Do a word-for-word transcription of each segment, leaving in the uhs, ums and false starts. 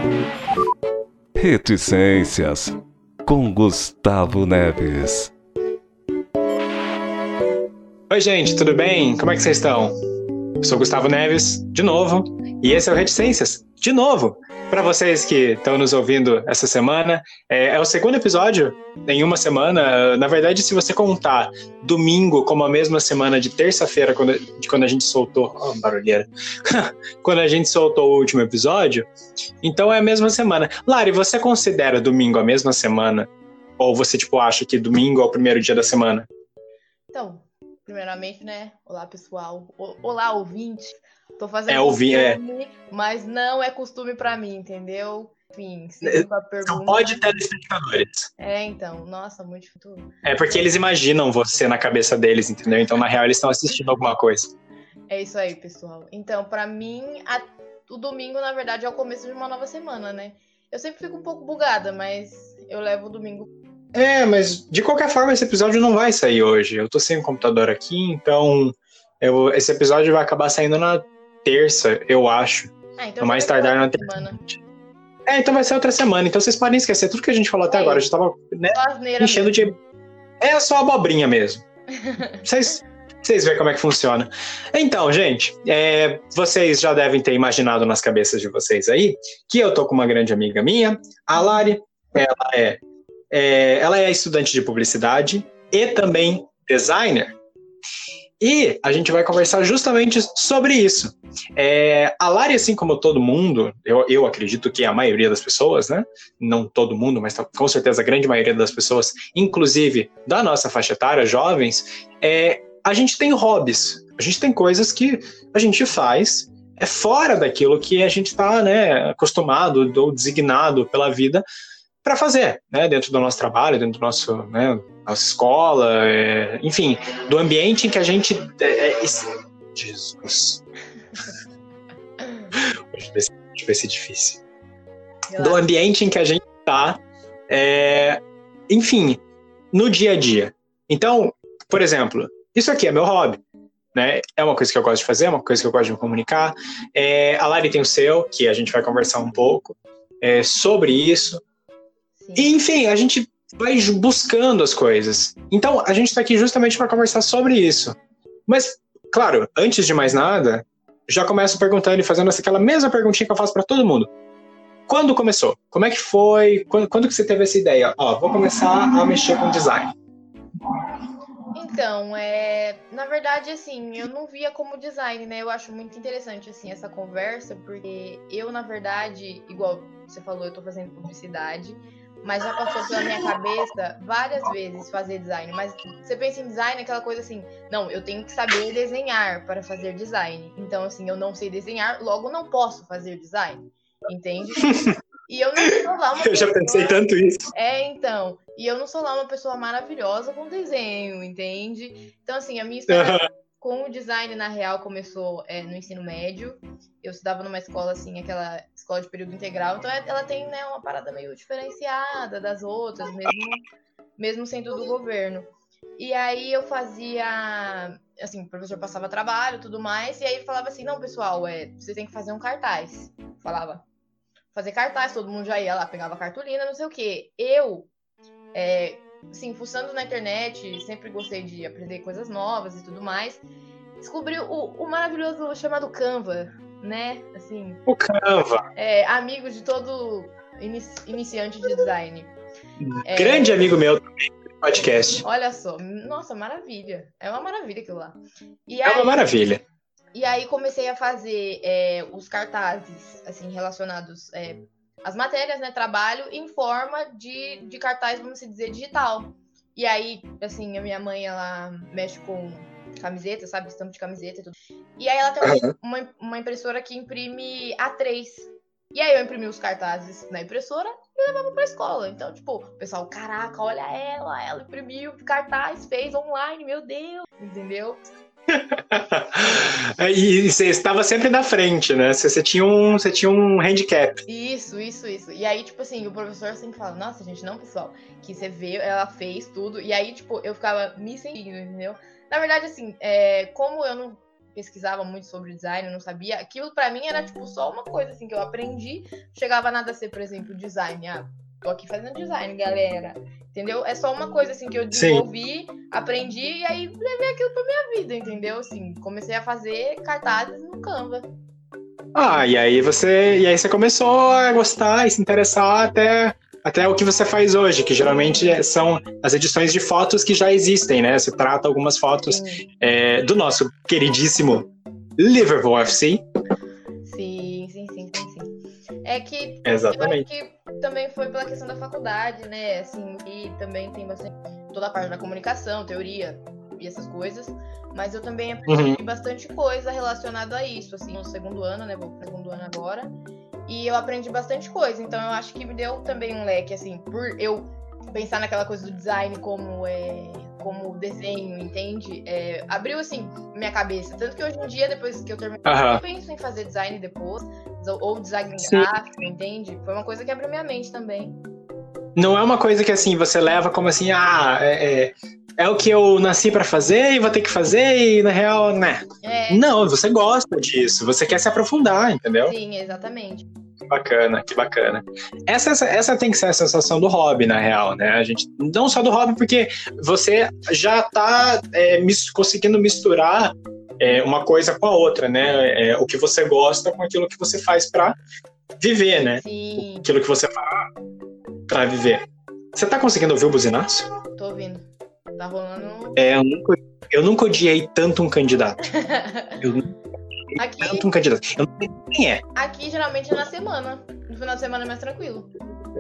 Reticências com Gustavo Neves. Oi, gente, tudo bem? Como é que vocês estão? Eu sou Gustavo Neves, de novo, e esse é o Reticências, de novo. Para vocês que estão nos ouvindo essa semana, é, é o segundo episódio em uma semana. Na verdade, se você contar domingo como a mesma semana de terça-feira, quando, de quando a gente soltou... Oh, barulheira. Quando a gente soltou o último episódio, então é a mesma semana. Lari, você considera domingo a mesma semana? Ou você, tipo, acha que domingo é o primeiro dia da semana? Então, primeiramente, né? Olá, pessoal. O- Olá, ouvinte. Tô fazendo É, ouvi, é. costume, mas não é costume pra mim, entendeu? Enfim, seguindo a Não pergunta. pode telespectadores. É, então, nossa, muito futuro. É porque eles imaginam você na cabeça deles, entendeu? Então, na real, eles estão assistindo alguma coisa. É isso aí, pessoal. Então, pra mim, a- o domingo, na verdade, é o começo de uma nova semana, né? Eu sempre fico um pouco bugada, mas eu levo o domingo. É, mas de qualquer forma, esse episódio não vai sair hoje. Eu tô sem o computador aqui, então eu- esse episódio vai acabar saindo na terça, eu acho. Ah, então No mais já vai ser tardar na outra terça. semana. É, então vai ser outra semana. Então vocês podem esquecer tudo que a gente falou até É agora. A isso. gente tava, né, Só asneira enchendo mesmo. de... É só abobrinha mesmo. Vocês, vocês veem como é que funciona. Então, gente, é, vocês já devem ter imaginado nas cabeças de vocês aí que eu tô com uma grande amiga minha, a Lari. Ela é, é, ela é estudante de publicidade e também designer. E a gente vai conversar justamente sobre isso. É, a Lari, assim como todo mundo, eu, eu acredito que a maioria das pessoas, né? Não todo mundo, mas com certeza a grande maioria das pessoas, inclusive da nossa faixa etária, jovens, é, a gente tem hobbies, a gente tem coisas que a gente faz é fora daquilo que a gente está, né, acostumado ou designado pela vida para fazer, né, dentro do nosso trabalho, dentro do nosso, né, nossa escola, é, enfim, do ambiente em que a gente... É, é, esse... Jesus. Hoje vai ser, hoje vai ser difícil. Do ambiente em que a gente está, é, enfim, no dia a dia. Então, por exemplo, isso aqui é meu hobby, né? É uma coisa que eu gosto de fazer, é uma coisa que eu gosto de me comunicar. É, a Lari tem o seu, que a gente vai conversar um pouco é, sobre isso. Sim. E, enfim, a gente vai buscando as coisas. Então, a gente está aqui justamente para conversar sobre isso. Mas, claro, antes de mais nada, já começo perguntando e fazendo aquela mesma perguntinha que eu faço para todo mundo. Quando começou? Como é que foi? Quando, quando que você teve essa ideia? Ó, vou começar a mexer com design. Então, é, na verdade, assim, eu não via como design, né? Eu acho muito interessante, assim, essa conversa, porque eu, na verdade, igual você falou, eu tô fazendo publicidade, mas já passou pela minha cabeça várias vezes fazer design. Mas você pensa em design, aquela coisa assim, não, eu tenho que saber desenhar para fazer design. Então, assim, eu não sei desenhar, logo não posso fazer design, entende? E eu não sou lá uma Eu já pessoa... pensei tanto isso. É, então. E eu não sou lá uma pessoa maravilhosa com desenho, entende? Então, assim, a minha história com o design, na real, começou é, no ensino médio. Eu estudava numa escola, assim, aquela escola de período integral. Então, ela tem, né, uma parada meio diferenciada das outras, mesmo, mesmo sendo do governo. E aí eu fazia... Assim, o professor passava trabalho e tudo mais. E aí ele falava assim, não, pessoal, é, vocês têm que fazer um cartaz. Falava... Fazer cartaz, todo mundo já ia lá, pegava cartolina, não sei o quê. Eu, é, assim, fuçando na internet, sempre gostei de aprender coisas novas e tudo mais. Descobri o, o maravilhoso chamado Canva, né? Assim, O Canva. É, amigo de todo inici- iniciante de design. Grande é... amigo meu também, podcast. Olha só, nossa, maravilha. É uma maravilha aquilo lá. E é aí, uma maravilha. E aí comecei a fazer é, os cartazes, assim, relacionados é, às matérias, né, trabalho, em forma de, de cartaz, vamos dizer, digital. E aí, assim, a minha mãe, ela mexe com camiseta, sabe, estampa de camiseta e tudo. E aí ela tem uhum. uma, uma impressora que imprime A três. E aí eu imprimi os cartazes na impressora e levava pra escola. Então, tipo, o pessoal, caraca, olha ela, ela imprimiu cartaz, fez online, meu Deus, entendeu? E você estava sempre na frente, né? Você, você, tinha um, você tinha um handicap. Isso, isso, isso. E aí, tipo assim, o professor sempre fala, nossa, gente, não, pessoal, que você vê, ela fez tudo. E aí, tipo, eu ficava me sentindo, entendeu? Na verdade, assim, é, como eu não, pesquisava muito sobre design, eu não sabia. Aquilo pra mim era, tipo, só uma coisa, assim, que eu aprendi. Chegava nada a ser, por exemplo, design. Ah, tô aqui fazendo design, galera. Entendeu? É só uma coisa, assim, que eu desenvolvi, Sim. aprendi e aí levei aquilo pra minha vida, entendeu? Assim, comecei a fazer cartazes no Canva. Ah, e aí você, e aí você começou a gostar e se interessar até... Até o que você faz hoje, que geralmente são as edições de fotos que já existem, né? Você trata algumas fotos é, do nosso queridíssimo Liverpool F C. Sim, sim, sim, sim, sim. É que Exatamente. eu acho que também foi pela questão da faculdade, né? Assim, e também tem bastante toda a parte da comunicação, teoria e essas coisas. Mas eu também aprendi uhum. bastante coisa relacionada a isso, assim, no segundo ano, né? Vou pro segundo ano agora. E eu aprendi bastante coisa, então eu acho que me deu também um leque, assim, por eu pensar naquela coisa do design como, é, como desenho, entende? É, abriu, assim, minha cabeça. Tanto que hoje em dia, depois que eu terminei, uhum. eu penso em fazer design depois, ou design gráfico, entende? Foi uma coisa que abriu minha mente também. Não é uma coisa que, assim, você leva como assim, ah, é... é... É o que eu nasci pra fazer e vou ter que fazer e, na real, né? É. Não, você gosta disso, você quer se aprofundar, entendeu? Sim, exatamente. Que bacana, que bacana. Essa, essa, essa tem que ser a sensação do hobby, na real, né? A gente, não só do hobby, porque você já tá é, mis, conseguindo misturar é, uma coisa com a outra, né? É, o que você gosta com aquilo que você faz pra viver, né? Sim. Aquilo que você faz pra viver. Você tá conseguindo ouvir o buzinaço? Tô ouvindo. Tá rolando... É, eu nunca, eu nunca odiei tanto um candidato. Eu nunca odiei aqui, tanto um candidato. Eu não sei quem é. Aqui, geralmente, é na semana. No final de semana é mais tranquilo.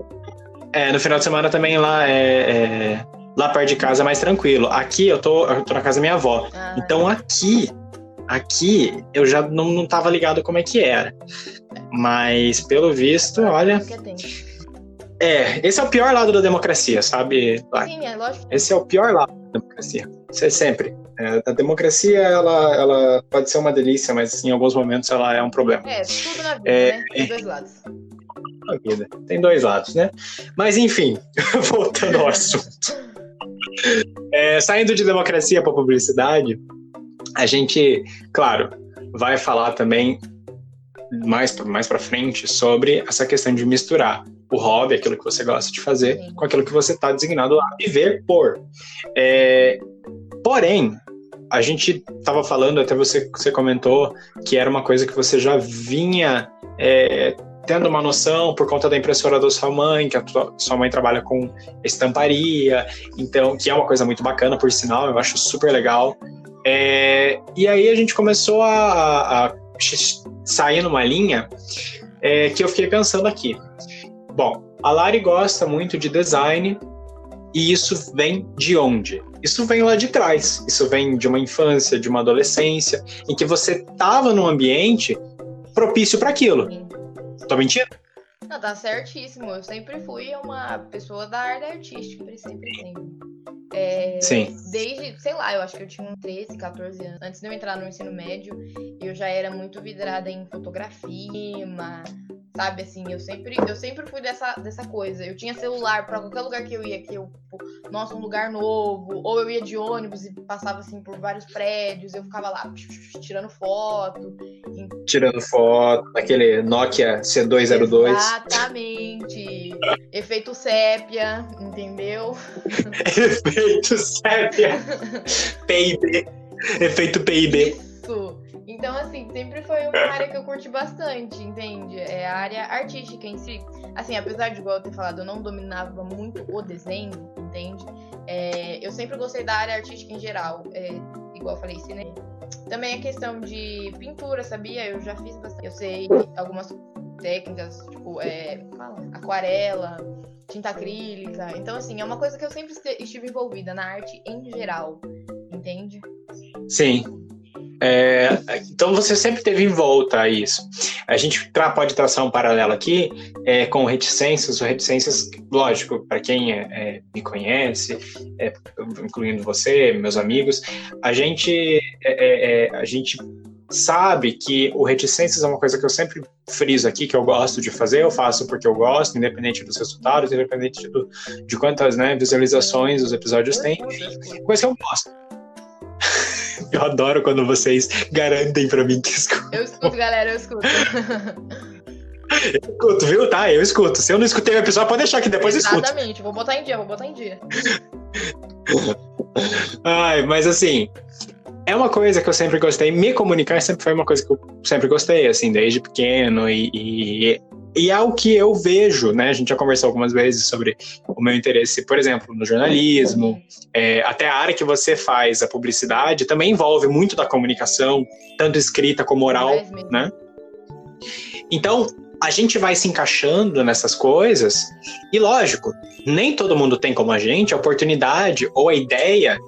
É, no final de semana também lá é... é lá perto de casa é mais tranquilo. Aqui, eu tô, eu tô na casa da minha avó. Ah. Então, aqui... Aqui, eu já não, não tava ligado como é que era. Mas, pelo visto, olha... É, esse é o pior lado da democracia, sabe? Sim, é lógico. Esse é o pior lado da democracia. Isso é sempre. É, a democracia, ela, ela pode ser uma delícia, mas em alguns momentos ela é um problema. É, tudo na vida, é, né? Tem dois lados. Na vida. Tem dois lados, né? Mas, enfim, voltando ao assunto. É, saindo de democracia para publicidade, a gente, claro, vai falar também mais, mais para frente sobre essa questão de misturar o hobby, aquilo que você gosta de fazer, Sim. com aquilo que você está designado a viver por. É, porém, a gente estava falando, até você, você comentou, que era uma coisa que você já vinha é, tendo uma noção por conta da impressora da sua mãe, que a tua, sua mãe trabalha com estamparia, então, que é uma coisa muito bacana, por sinal, eu acho super legal. É, e aí a gente começou a, a sair numa linha é, que eu fiquei pensando aqui. Bom, a Lari gosta muito de design e isso vem de onde? Isso vem lá de trás, isso vem de uma infância, de uma adolescência, em que você estava num ambiente propício para aquilo. Sim. Tô mentindo? Não, tá certíssimo. Eu sempre fui uma pessoa da área artística, sempre, sempre. É, Sim. Desde, sei lá, eu acho que eu tinha uns treze, catorze anos. Antes de eu entrar no ensino médio, eu já era muito vidrada em fotografia, sabe, assim, eu sempre, eu sempre fui dessa, dessa coisa. Eu tinha celular pra qualquer lugar que eu ia, que eu, nossa, um lugar novo, ou eu ia de ônibus e passava, assim, por vários prédios, eu ficava lá, tirando foto. Tirando foto, aquele Nokia C duzentos e dois. Exatamente. Efeito sépia, entendeu? Efeito sépia. P I B. Efeito P I B. Isso. Então, assim, sempre foi uma área que eu curti bastante, entende? É a área artística em si. Assim, apesar de, igual eu ter falado, eu não dominava muito o desenho, entende? É, eu sempre gostei da área artística em geral. É, igual eu falei, cinema. Também a questão de pintura, sabia? Eu já fiz bastante. Eu sei algumas técnicas, tipo, é, aquarela, tinta acrílica. Então, assim, é uma coisa que eu sempre estive envolvida na arte em geral, entende? Sim. É, então você sempre teve em volta a isso. A gente tra- pode traçar um paralelo aqui é, com o Reticências. O Reticências, lógico, para quem é, é, me conhece, é, incluindo você, meus amigos, a gente, é, é, a gente sabe que o Reticências é uma coisa que eu sempre friso aqui, que eu gosto de fazer, eu faço porque eu gosto, independente dos resultados, independente do, de quantas, né, visualizações os episódios têm, coisa que eu gosto. Eu adoro quando vocês garantem pra mim que escutam. Eu escuto, galera, eu escuto. Eu escuto, viu? Tá, eu escuto. Se eu não escutei o episódio, pode deixar que depois eu escuto. Exatamente, vou botar em dia, vou botar em dia. Ai, mas assim, é uma coisa que eu sempre gostei. Me comunicar sempre foi uma coisa que eu sempre gostei, assim, desde pequeno. E, e, e é o que eu vejo, né? A gente já conversou algumas vezes sobre o meu interesse, por exemplo, no jornalismo. É, até a área que você faz, a publicidade, também envolve muito da comunicação, tanto escrita como oral, né? Então, a gente vai se encaixando nessas coisas. E lógico, nem todo mundo tem como a gente a oportunidade ou a ideia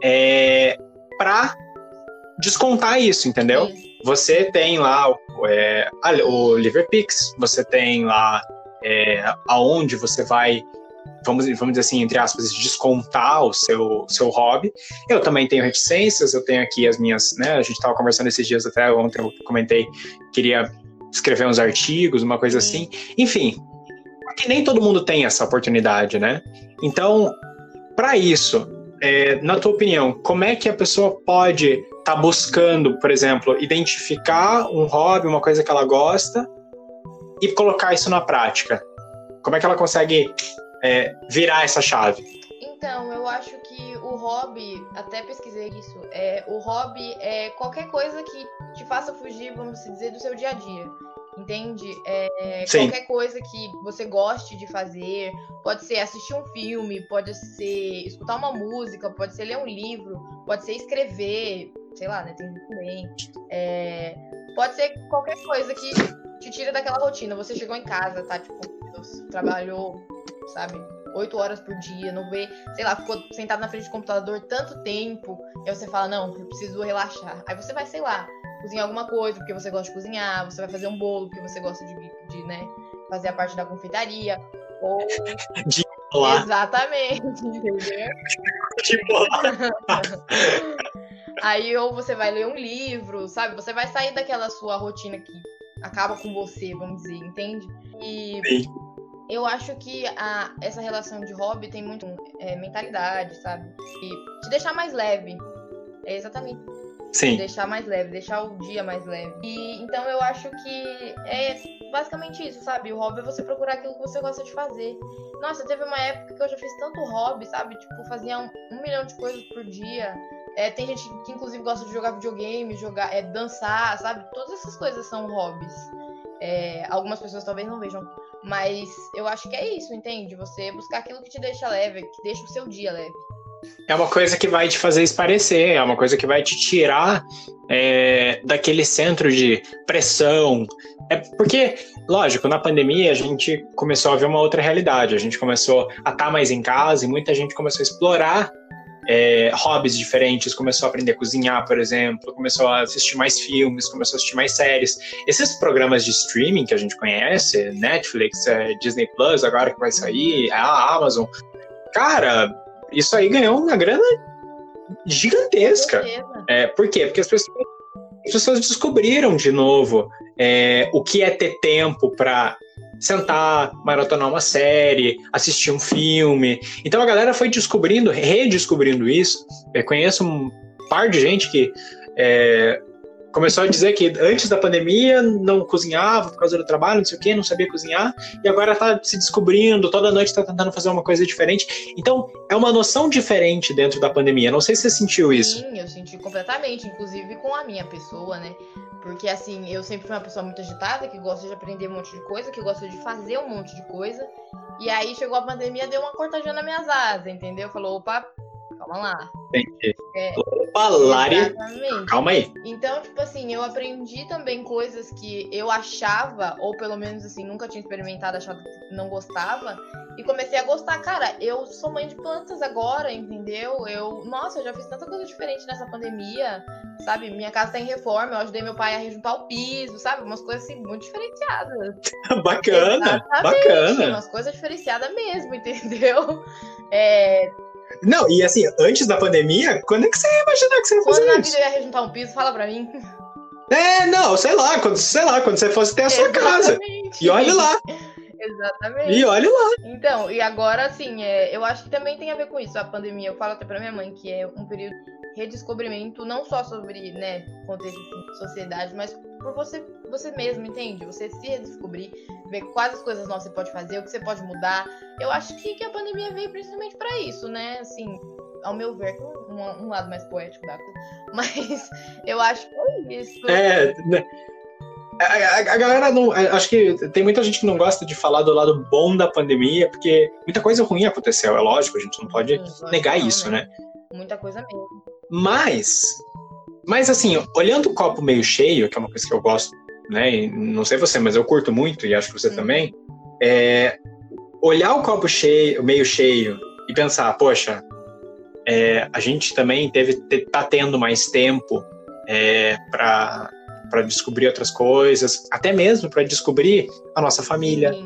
é, para descontar isso, entendeu? Sim. Você tem lá o, é, o Liverpix, você tem lá é, aonde você vai, vamos, vamos dizer assim, entre aspas, descontar o seu, seu hobby. Eu também tenho reticências, eu tenho aqui as minhas, né? A gente estava conversando esses dias, até ontem eu comentei, queria escrever uns artigos, uma coisa assim. Enfim, porque nem todo mundo tem essa oportunidade, né? Então, para isso, é, na tua opinião, como é que a pessoa pode estar tá buscando, por exemplo, identificar um hobby, uma coisa que ela gosta e colocar isso na prática? Como é que ela consegue é, virar essa chave? Então, eu acho que o hobby, até pesquisei isso, é, o hobby é qualquer coisa que te faça fugir, vamos dizer, do seu dia a dia. Entende? É, qualquer coisa que você goste de fazer, pode ser assistir um filme, pode ser escutar uma música, pode ser ler um livro, pode ser escrever, sei lá, né? Tem também. É, pode ser qualquer coisa que te tira daquela rotina. Você chegou em casa, tá? Tipo, trabalhou, sabe? Oito horas por dia, não vê, sei lá, ficou sentado na frente do computador tanto tempo, e aí você fala, não, eu preciso relaxar. Aí você vai, sei lá, cozinhar alguma coisa, porque você gosta de cozinhar, você vai fazer um bolo, porque você gosta de, de né, fazer a parte da confeitaria, ou... De bolar. Exatamente, entendeu? De bolar. Aí, ou você vai ler um livro, sabe? Você vai sair daquela sua rotina que acaba com você, vamos dizer, entende? E... Sim. Eu acho que a, essa relação de hobby tem muito é, mentalidade, sabe? E te deixar mais leve. É exatamente Sim. Deixar mais leve, deixar o dia mais leve. E então eu acho que é basicamente isso, sabe? O hobby é você procurar aquilo que você gosta de fazer. Nossa, teve uma época que eu já fiz tanto hobby, sabe? Tipo, fazia um, um milhão de coisas por dia. É, tem gente que inclusive gosta de jogar videogame, jogar, é, dançar, sabe? Todas essas coisas são hobbies. É, algumas pessoas talvez não vejam, mas eu acho que é isso, entende? Você buscar aquilo que te deixa leve, que deixa o seu dia leve. É uma coisa que vai te fazer esparecer, é uma coisa que vai te tirar é, daquele centro de pressão. É porque, lógico, na pandemia a gente começou a ver uma outra realidade, a gente começou a estar mais em casa e muita gente começou a explorar É, hobbies diferentes, começou a aprender a cozinhar, por exemplo, começou a assistir mais filmes, começou a assistir mais séries. Esses programas de streaming que a gente conhece, Netflix, é, Disney Plus, agora que vai sair, a Amazon, cara, isso aí ganhou uma grana gigantesca. É, por quê? Porque as pessoas, as pessoas descobriram de novo é, o que é ter tempo para sentar, maratonar uma série, assistir um filme. Então a galera foi descobrindo, redescobrindo isso. Eu conheço um par de gente que é, começou a dizer que antes da pandemia não cozinhava por causa do trabalho, não sei o que, não sabia cozinhar, e agora tá se descobrindo, toda noite tá tentando fazer uma coisa diferente. Então é uma noção diferente dentro da pandemia. Não sei se você sentiu isso. Sim, eu senti completamente, inclusive com a minha pessoa, né? Porque, assim, eu sempre fui uma pessoa muito agitada, que gosta de aprender um monte de coisa, que gosta de fazer um monte de coisa. E aí chegou a pandemia, deu uma cortadinha nas minhas asas, entendeu? Falou, opa, calma lá. Entendi. É, opa, Lari, exatamente. Calma aí. Então, tipo assim, eu aprendi também coisas que eu achava, ou pelo menos, assim, nunca tinha experimentado, achava que não gostava. E comecei a gostar. Cara, eu sou mãe de plantas agora, entendeu? Eu, nossa, eu já fiz tanta coisa diferente nessa pandemia, sabe? Minha casa tá em reforma, eu ajudei meu pai a rejuntar o piso, sabe? Umas coisas, assim, muito diferenciadas. Bacana, exatamente, bacana. Umas coisas diferenciadas mesmo, entendeu? É... Não, e assim, antes da pandemia, quando é que você ia imaginar que você ia fazer quando isso? na vida eu ia rejuntar um piso, fala pra mim. É, não, sei lá, quando, sei lá, quando você fosse ter a sua Exatamente. casa. E olha lá. Exatamente. E olha lá. Então, e agora, assim, é, eu acho que também tem a ver com isso, a pandemia. Eu falo até pra minha mãe que é um período de redescobrimento, não só sobre, né, contexto de sociedade, mas por você, você mesmo, entende? Você se redescobrir, ver quais as coisas novas você pode fazer, o que você pode mudar. Eu acho que, que a pandemia veio principalmente pra isso, né? Assim, ao meu ver, com um, um lado mais poético da coisa. Mas eu acho que é isso. É, né? A, a, a galera não. Acho que tem muita gente que não gosta de falar do lado bom da pandemia, porque muita coisa ruim aconteceu, é lógico, a gente não pode Sim, negar não, isso, né? né? Muita coisa mesmo. Mas, mas assim, olhando o copo meio cheio, que é uma coisa que eu gosto, né? E não sei você, mas eu curto muito, e acho que você hum. também, é olhar o copo cheio, meio cheio e pensar, poxa, é, a gente também teve, tá tendo mais tempo é, para para descobrir outras coisas, até mesmo para descobrir a nossa família,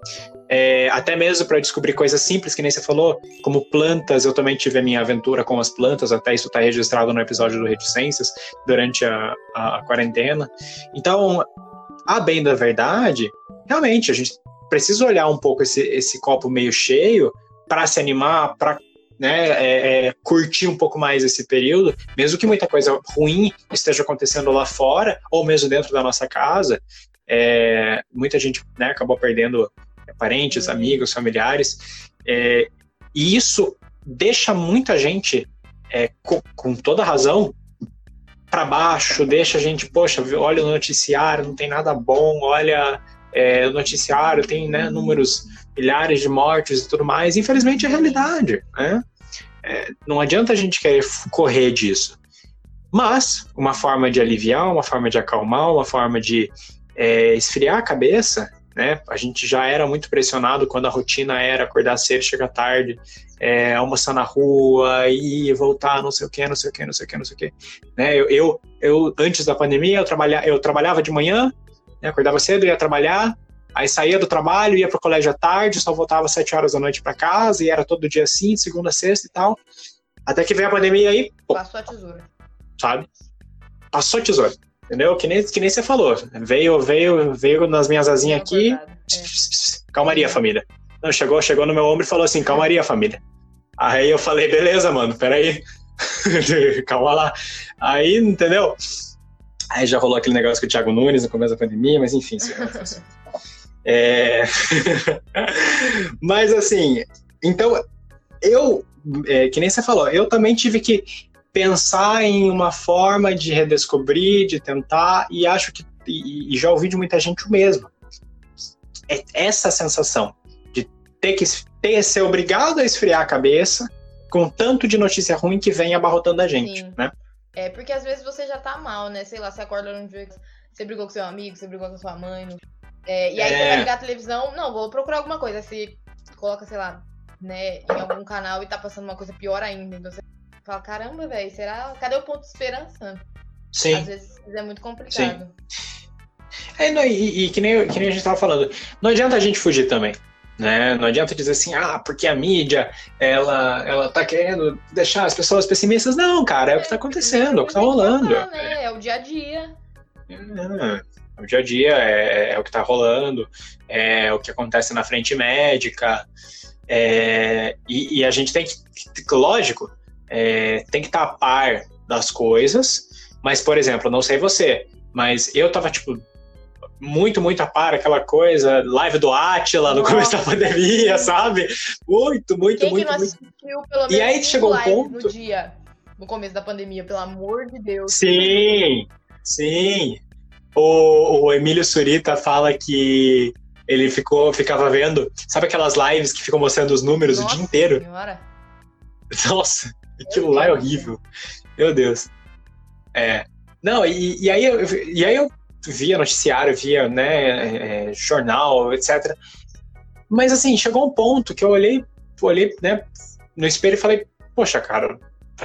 é, até mesmo para descobrir coisas simples, que nem você falou, como plantas. Eu também tive a minha aventura com as plantas, até isso está registrado no episódio do Reticências, durante a, a, a quarentena. Então, a bem da verdade, realmente, a gente precisa olhar um pouco esse, esse copo meio cheio para se animar, para né, é, é, curtir um pouco mais esse período, mesmo que muita coisa ruim esteja acontecendo lá fora, ou mesmo dentro da nossa casa. É, muita gente, né, acabou perdendo parentes, amigos, familiares, é, e isso deixa muita gente, é, com, com toda razão, para baixo, deixa a gente, poxa, olha o noticiário, não tem nada bom, olha é, o noticiário, tem, né, números, milhares de mortes e tudo mais. Infelizmente é a realidade, né? É, não adianta a gente querer correr disso. Mas uma forma de aliviar, uma forma de acalmar, uma forma de é, esfriar a cabeça, né? A gente já era muito pressionado quando a rotina era acordar cedo, chegar tarde, é, almoçar na rua, ir, voltar, não sei o que, não sei o que, não sei o que, não sei o que. Né? Eu, eu, eu, antes da pandemia, eu, trabalha, eu trabalhava de manhã, né? Acordava cedo, ia trabalhar, aí saía do trabalho, ia pro colégio à tarde, só voltava às sete horas da noite para casa, e era todo dia assim, segunda, sexta e tal. Até que veio a pandemia aí, pô, passou a tesoura. Sabe? Passou a tesoura. Entendeu? Que nem, que nem você falou. Veio, veio, veio nas minhas asinhas aqui. É. Calmaria, família. Não, chegou, chegou no meu ombro e falou assim, calmaria, família. Aí eu falei, beleza, mano, peraí. Calma lá. Aí, entendeu? Aí já rolou aquele negócio com o Thiago Nunes no começo da pandemia, mas enfim, isso não fosse. É... Mas assim, então, eu, é, que nem você falou, eu também tive que pensar em uma forma de redescobrir, de tentar, e acho que, e, e já ouvi de muita gente o mesmo. É essa sensação de ter que ter, ser obrigado a esfriar a cabeça com tanto de notícia ruim que vem abarrotando a gente, Sim. né? É, porque às vezes você já tá mal, né? Sei lá, você acorda num dia que você brigou com seu amigo, você brigou com sua mãe, no... é, e aí é. você vai ligar a televisão, não, vou procurar alguma coisa, você coloca, sei lá, né, em algum canal e tá passando uma coisa pior ainda, então você fala, caramba, velho, será? Cadê o ponto de esperança? Sim. Às vezes é muito complicado. Sim. É, não, e, e que, nem, que nem a gente tava falando, não adianta a gente fugir também, né? Não adianta dizer assim, ah, porque a mídia, ela, ela tá querendo deixar as pessoas pessimistas. Não, cara, é, é o que tá acontecendo, é, é o que tá rolando. Falar, né? É o dia a dia. É, é o dia a dia, é, é o que tá rolando, é o que acontece na frente médica, é, e, e a gente tem que, lógico, É, tem que estar a par das coisas, mas, por exemplo, não sei você, mas eu tava, tipo, muito, muito a par, aquela coisa, live do Átila no Nossa. começo da pandemia, sabe? Muito, muito, Quem muito, que não muito. assistiu, pelo menos, e aí chegou um ponto... no dia, no começo da pandemia, pelo amor de Deus. Sim, sim. O, o Emílio Surita fala que ele ficou, ficava vendo, sabe aquelas lives que ficam mostrando os números Nossa o dia inteiro? Senhora. Nossa, aquilo lá é horrível. Meu Deus. É. Não, e, e, aí, eu, e aí eu via noticiário, via, né, é, jornal, etcétera. Mas assim, chegou um ponto que eu olhei, olhei, né, no espelho e falei, poxa, cara,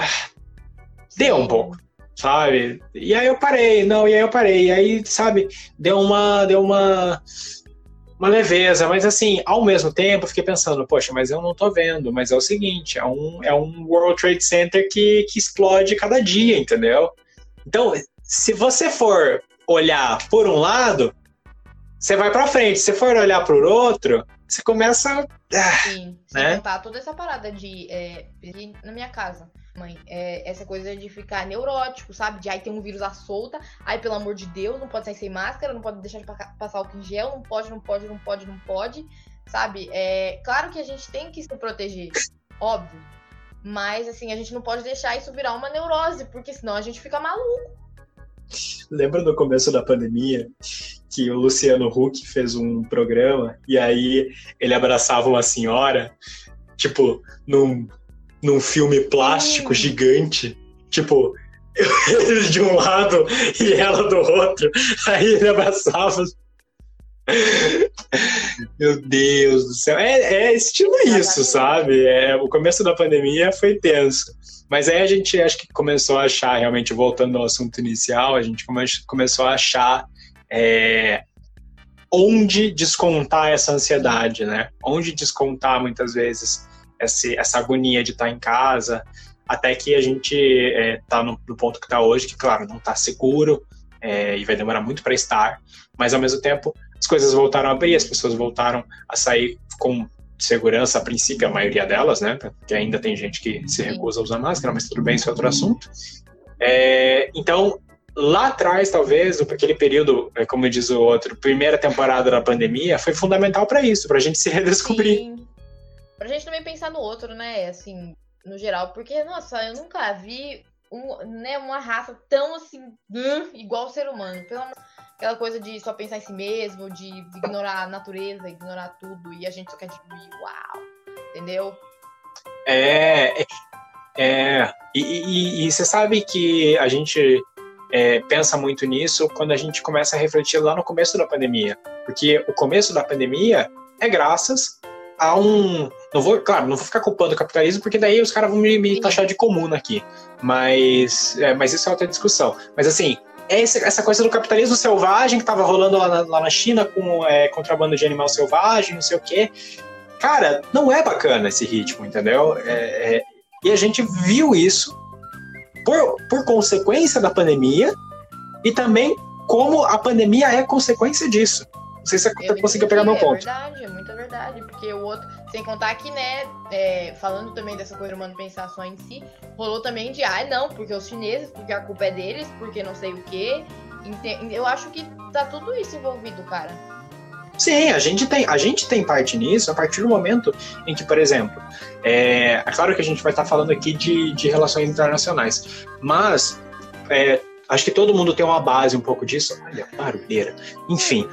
deu um pouco, sabe? E aí eu parei, não, e aí eu parei. E aí, sabe, deu uma, deu uma, uma leveza. Mas assim, ao mesmo tempo, eu fiquei pensando, poxa, mas eu não tô vendo. Mas é o seguinte, é um, é um World Trade Center que, que explode cada dia, entendeu? Então, se você for olhar por um lado, você vai pra frente. Se for olhar por outro, você começa... Ah, Sim, sem né? contar toda essa parada de... É, de- na minha casa, mãe, é, essa coisa de ficar neurótico, sabe? De aí tem um vírus à solta, aí pelo amor de Deus, não pode sair sem máscara, não pode deixar de pa- passar álcool em gel, não pode, não pode, não pode, não pode, sabe? É claro que a gente tem que se proteger, óbvio, mas assim, a gente não pode deixar isso virar uma neurose, porque senão a gente fica maluco. Lembra no começo da pandemia que o Luciano Huck fez um programa e aí ele abraçava uma senhora, tipo, num, num filme plástico Sim. gigante, tipo, ele de um lado e ela do outro, aí ele abraçava. Meu Deus do céu, é, é estilo isso, sabe? É, o começo da pandemia foi tenso. Mas aí a gente acho que começou a achar, realmente, voltando ao assunto inicial, a gente come- começou a achar é, onde descontar essa ansiedade, né? Onde descontar, muitas vezes, esse, essa agonia de estar em casa, até que a gente está é, no, no ponto que está hoje, que, claro, não está seguro é, e vai demorar muito para estar, mas, ao mesmo tempo, as coisas voltaram a abrir, as pessoas voltaram a sair com segurança, a princípio, a maioria delas, né? Porque ainda tem gente que se recusa a usar máscara, mas tudo bem, isso é outro assunto. É, então, lá atrás, talvez, aquele período, como diz o outro, primeira temporada da pandemia, foi fundamental para isso, para a gente se redescobrir. Sim. Pra gente também pensar no outro, né? Assim, no geral, porque, nossa, eu nunca vi um, né, uma raça tão assim, hum, igual o ser humano. Pelo amor- Aquela coisa de só pensar em si mesmo, de ignorar a natureza, ignorar tudo, e a gente só quer diminuir, uau, entendeu? É, é, é e, e, e você sabe que a gente é, pensa muito nisso quando a gente começa a refletir lá no começo da pandemia, porque o começo da pandemia é graças a um... Não vou, claro, não vou ficar culpando o capitalismo, porque daí os caras vão me, me taxar de comuna aqui, mas, é, mas isso é outra discussão. Mas assim, essa coisa do capitalismo selvagem que estava rolando lá na, lá na China com é, contrabando de animal selvagem, não sei o quê. Cara, não é bacana esse ritmo, entendeu? É, é, e a gente viu isso por, por consequência da pandemia e também como a pandemia é consequência disso. Não sei se você conseguiu pegar meu ponto. É verdade, é muita verdade, porque o outro, sem contar que, né, é, falando também dessa coisa humana pensar só em si, rolou também de, ah, não, porque os chineses, porque a culpa é deles, porque não sei o quê. Eu acho que tá tudo isso envolvido, cara. Sim, a gente tem, a gente tem parte nisso a partir do momento em que, por exemplo, é, é claro que a gente vai estar falando aqui de, de relações internacionais, mas é, acho que todo mundo tem uma base um pouco disso. Olha, barulheira. Enfim,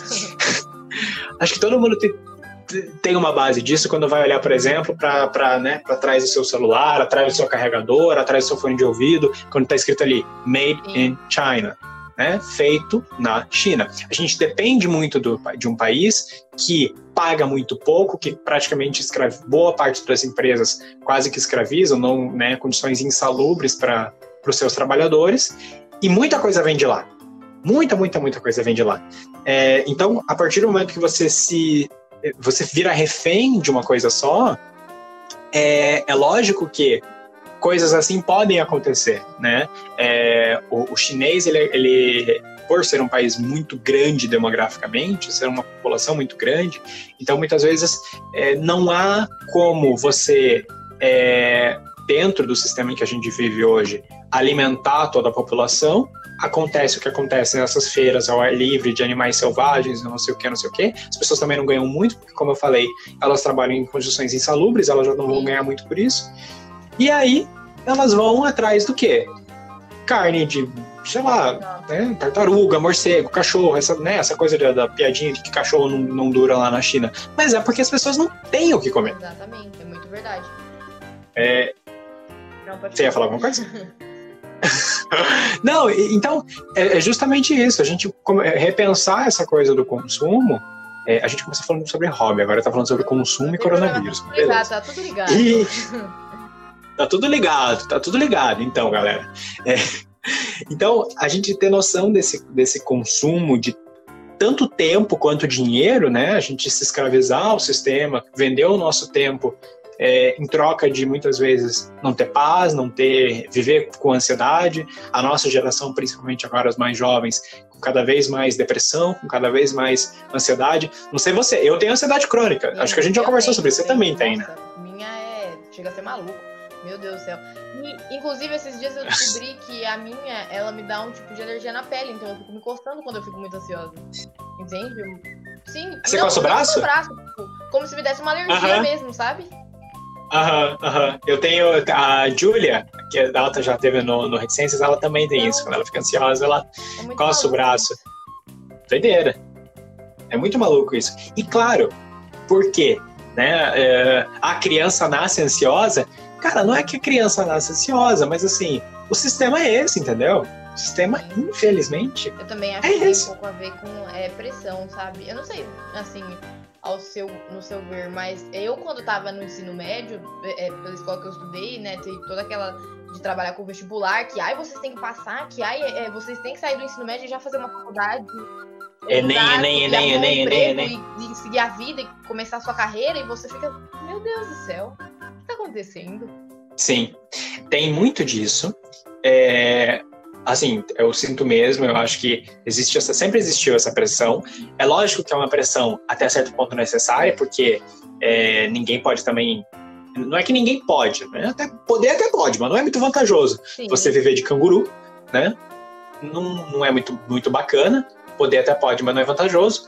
acho que todo mundo tem, tem uma base disso quando vai olhar, por exemplo, para né, trás do seu celular, atrás do seu carregador, atrás do seu fone de ouvido, quando está escrito ali, Made in China. Né, feito na China. A gente depende muito do, de um país que paga muito pouco, que praticamente escrave, boa parte das empresas quase que escravizam, não, né, condições insalubres para os seus trabalhadores, e muita coisa vem de lá. Muita, muita, muita coisa vem de lá. É, então, a partir do momento que você se você vira refém de uma coisa só, é, é lógico que coisas assim podem acontecer, né? É, o, o chinês, ele, ele, por ser um país muito grande demograficamente, ser uma população muito grande, então muitas vezes é, não há como você, é, dentro do sistema em que a gente vive hoje, alimentar toda a população. Acontece o que acontece nessas feiras ao ar livre de animais selvagens, não sei o que, não sei o que. As pessoas também não ganham muito, porque, como eu falei, elas trabalham em condições insalubres, elas já não vão ganhar muito por isso. E aí, elas vão atrás do quê? Carne de, sei lá, né, tartaruga, morcego, cachorro, essa, né, essa coisa da, da piadinha de que cachorro não, não dura lá na China. Mas é porque as pessoas não têm o que comer. Exatamente, é muito verdade. É... Não, pode Você ia falar alguma coisa? Não, então, é justamente isso. A gente repensar essa coisa do consumo. É, a gente começou falando sobre hobby, agora tá falando sobre consumo e coronavírus. Exato, tá tudo ligado. E... Tá tudo ligado, tá tudo ligado, então, galera. É, então, a gente ter noção desse, desse consumo de tanto tempo quanto dinheiro, né? A gente se escravizar ao sistema, vender o nosso tempo é, em troca de muitas vezes não ter paz, não ter, viver com ansiedade. A nossa geração, principalmente agora os mais jovens, com cada vez mais depressão, com cada vez mais ansiedade. Não sei você, eu tenho ansiedade crônica. Eu Acho que a gente já conversou tenho, sobre isso. Você tenho, também tem, né? Nossa, minha é... chega a ser maluco. Meu Deus do céu. E, inclusive, esses dias eu descobri que a minha, ela me dá um tipo de alergia na pele, então eu fico me coçando quando eu fico muito ansiosa. Entende? Sim. Você não, coça o não braço? o braço, tipo, como se me desse uma alergia Aham. mesmo, sabe? Aham, aham. Eu tenho a Júlia, que ela já teve no, no Reticências, ela também tem isso. Quando ela fica ansiosa, ela É muito coça o maluco. braço. Doideira. É muito maluco isso. E claro, por quê? Né? É, a criança nasce ansiosa. Cara, não é que a criança nasce ansiosa, mas assim, o sistema é esse, entendeu? O sistema, infelizmente, Eu também acho É que tem isso. um pouco a ver com é, pressão, sabe? Eu não sei, assim, ao seu, no seu ver, mas eu, quando tava no ensino médio, é, pela escola que eu estudei, né, tem toda aquela de trabalhar com vestibular, que ai, vocês têm que passar, que ai, é, vocês têm que sair do ensino médio e já fazer uma faculdade. Enem, exato, Enem, e Enem, arrumar um Enem, emprego Enem, E, e seguir a vida e começar a sua carreira, e você fica, meu Deus do céu, o que tá acontecendo? sim, tem muito disso. É, assim, eu sinto mesmo, eu acho que existe essa, sempre existiu essa pressão. É lógico que é uma pressão até certo ponto necessária, porque é, ninguém pode também... Não é que ninguém pode, né? Até, poder até pode, mas não é muito vantajoso Sim. você viver de canguru, né? Não, não é muito, muito bacana. Poder até pode, mas não é vantajoso.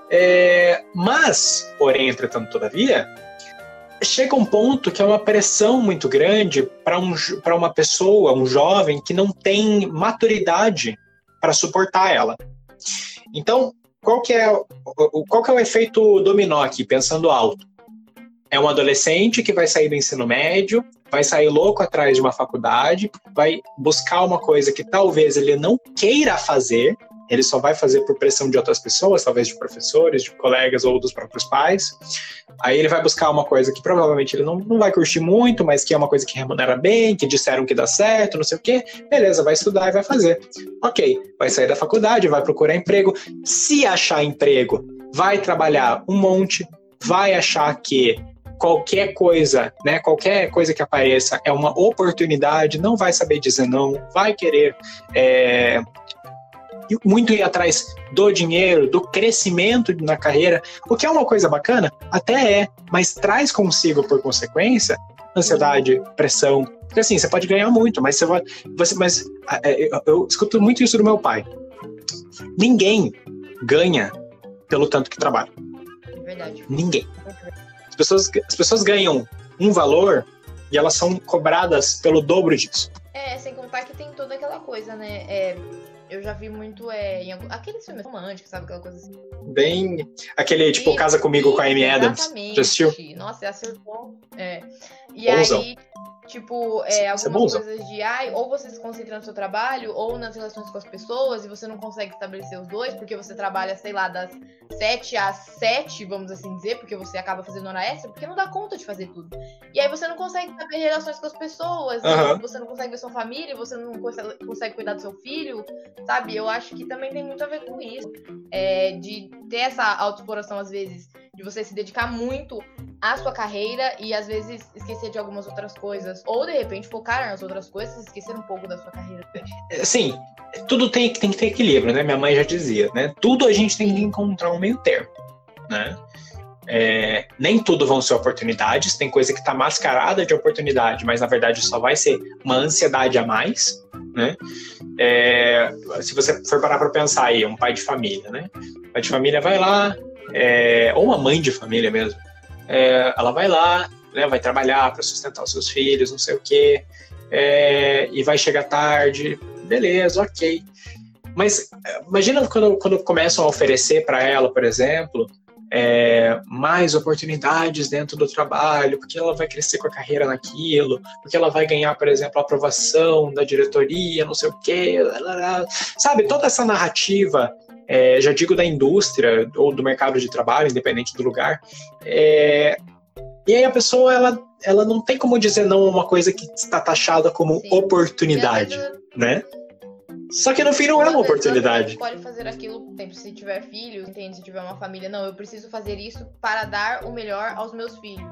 É, mas, porém, entretanto, todavia, chega um ponto que é uma pressão muito grande para um, para uma pessoa, um jovem, que não tem maturidade para suportar ela. Então, qual que é, qual que é o efeito dominó aqui, pensando alto? É um adolescente que vai sair do ensino médio, vai sair louco atrás de uma faculdade, vai buscar uma coisa que talvez ele não queira fazer, ele só vai fazer por pressão de outras pessoas, talvez de professores, de colegas ou dos próprios pais. Aí ele vai buscar uma coisa que provavelmente ele não, não vai curtir muito, mas que é uma coisa que remunera bem, que disseram que dá certo, não sei o quê. Beleza, vai estudar e vai fazer. Ok, vai sair da faculdade, vai procurar emprego. Se achar emprego, vai trabalhar um monte, vai achar que qualquer coisa, né, qualquer coisa que apareça é uma oportunidade, não vai saber dizer não, vai querer... É, muito ir atrás do dinheiro, do crescimento na carreira, o que é uma coisa bacana, até é, mas traz consigo, por consequência, ansiedade, pressão, porque assim, você pode ganhar muito, mas você vai, você, mas eu, eu escuto muito isso do meu pai. Ninguém ganha pelo tanto que trabalha. Verdade. Ninguém. As pessoas, as pessoas ganham um valor e elas são cobradas pelo dobro disso. É, sem contar que tem toda aquela coisa, né? É, eu já vi muito é, em algum... aqueles filmes românticos, sabe? Aquela coisa assim. Bem, aquele tipo Isso, Casa Comigo com a Amy Adams. Exatamente. Já assistiu? Nossa, você acertou. É. E Bonzão. aí, tipo, é, Você é algumas bonzão. coisas de ai, ou você se concentra no seu trabalho, ou nas relações com as pessoas, e você não consegue estabelecer os dois, porque você trabalha, sei lá, das sete às sete, vamos assim dizer, porque você acaba fazendo hora extra, porque não dá conta de fazer tudo. E aí você não consegue estabelecer relações com as pessoas, Aham. você não consegue ver sua família, você não consegue, consegue cuidar do seu filho, sabe? Eu acho que também tem muito a ver com isso. É, de ter essa autoexploração, às vezes, de você se dedicar muito à sua carreira e, às vezes, esquecer de algumas outras coisas. Ou, de repente, focar nas outras coisas e esquecer um pouco da sua carreira. Sim, tudo tem, tem que ter equilíbrio, né? Minha mãe já dizia, né? Tudo a gente tem que encontrar um meio termo, né? É, nem tudo vão ser oportunidades, tem coisa que tá mascarada de oportunidade, mas na verdade só vai ser uma ansiedade a mais, né? É, se você for parar para pensar aí, um pai de família, né? O pai de família vai lá, é, ou uma mãe de família mesmo, é, ela vai lá, né, vai trabalhar para sustentar os seus filhos, não sei o quê, é, e vai chegar tarde, beleza, ok. Mas imagina quando, quando começam a oferecer para ela, por exemplo, É, mais oportunidades dentro do trabalho, porque ela vai crescer com a carreira naquilo, porque ela vai ganhar, por exemplo, a aprovação da diretoria, não sei o quê, sabe, toda essa narrativa, é, já digo da indústria ou do mercado de trabalho, independente do lugar, é, e aí a pessoa, ela, ela não tem como dizer não a uma coisa que está taxada como Sim. oportunidade, né? Só que no fim não é uma oportunidade. Você pode fazer aquilo, por exemplo, se tiver filhos, entende? Se tiver uma família, não, eu preciso fazer isso para dar o melhor aos meus filhos.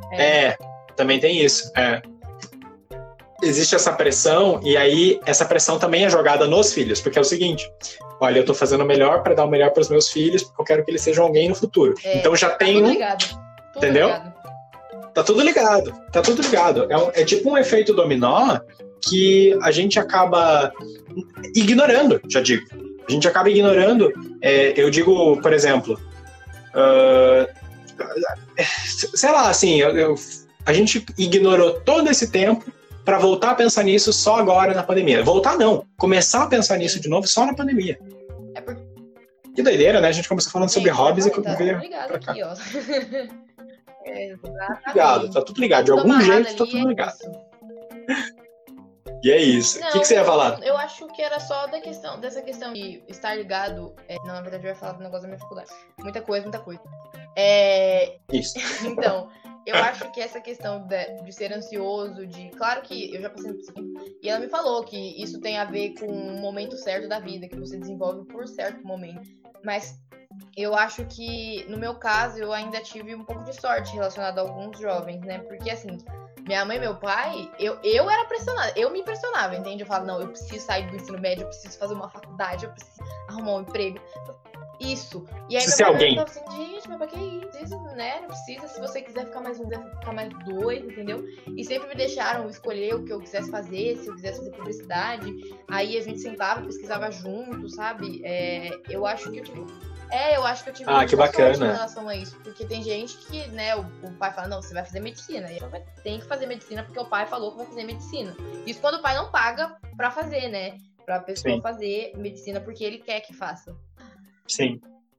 É, é também tem isso. É. Existe essa pressão, e aí essa pressão também é jogada nos filhos, porque é o seguinte: olha, eu tô fazendo o melhor para dar o melhor para os meus filhos, porque eu quero que eles sejam alguém no futuro. É, então já tá tem tudo um. Ligado. Tudo Entendeu? Ligado. Tá tudo ligado, tá tudo ligado. É, um, é tipo um efeito dominó que a gente acaba ignorando, já digo. A gente acaba ignorando. É, eu digo, por exemplo, uh, sei lá, assim, eu, eu, a gente ignorou todo esse tempo para voltar a pensar nisso só agora na pandemia. Voltar não, começar a pensar nisso de novo só na pandemia. É porque... Que doideira, né? A gente começou falando sobre hobbies e tá veio ligado aqui, ó. É, tá tudo ligado, tá tudo ligado. De algum jeito tá tudo ligado. E é isso. O que, que você ia falar? Eu acho que era só da questão, dessa questão de estar ligado. É, não, na verdade eu ia falar do negócio da minha faculdade. Muita coisa, muita coisa. É, isso. Então, eu acho que essa questão de, de ser ansioso, de... Claro que eu já passei por isso. E ela me falou que isso tem a ver com o momento certo da vida, que você desenvolve por certo momento. Mas eu acho que, no meu caso, eu ainda tive um pouco de sorte relacionado a alguns jovens, né? Porque, assim, minha mãe e meu pai, eu, eu era pressionada, eu me pressionava, entende? Eu falava, não, eu preciso sair do ensino médio, eu preciso fazer uma faculdade, eu preciso arrumar um emprego. Isso. E aí, meu pai alguém. falava assim, gente, mas pra que isso, né? Não precisa, se você quiser ficar mais um, ficar mais dois, entendeu? E sempre me deixaram escolher o que eu quisesse fazer, se eu quisesse fazer publicidade. Aí a gente sentava, pesquisava junto, sabe? É, eu acho que eu tive... É, eu acho que eu tive ah, que bacana. sorte em relação a isso. Porque tem gente que, né, o, o pai fala, não, você vai fazer medicina. E vai, tem que fazer medicina porque o pai falou que vai fazer medicina. Isso quando o pai não paga pra fazer, né? Pra pessoa Sim. fazer medicina porque ele quer que faça. Sim.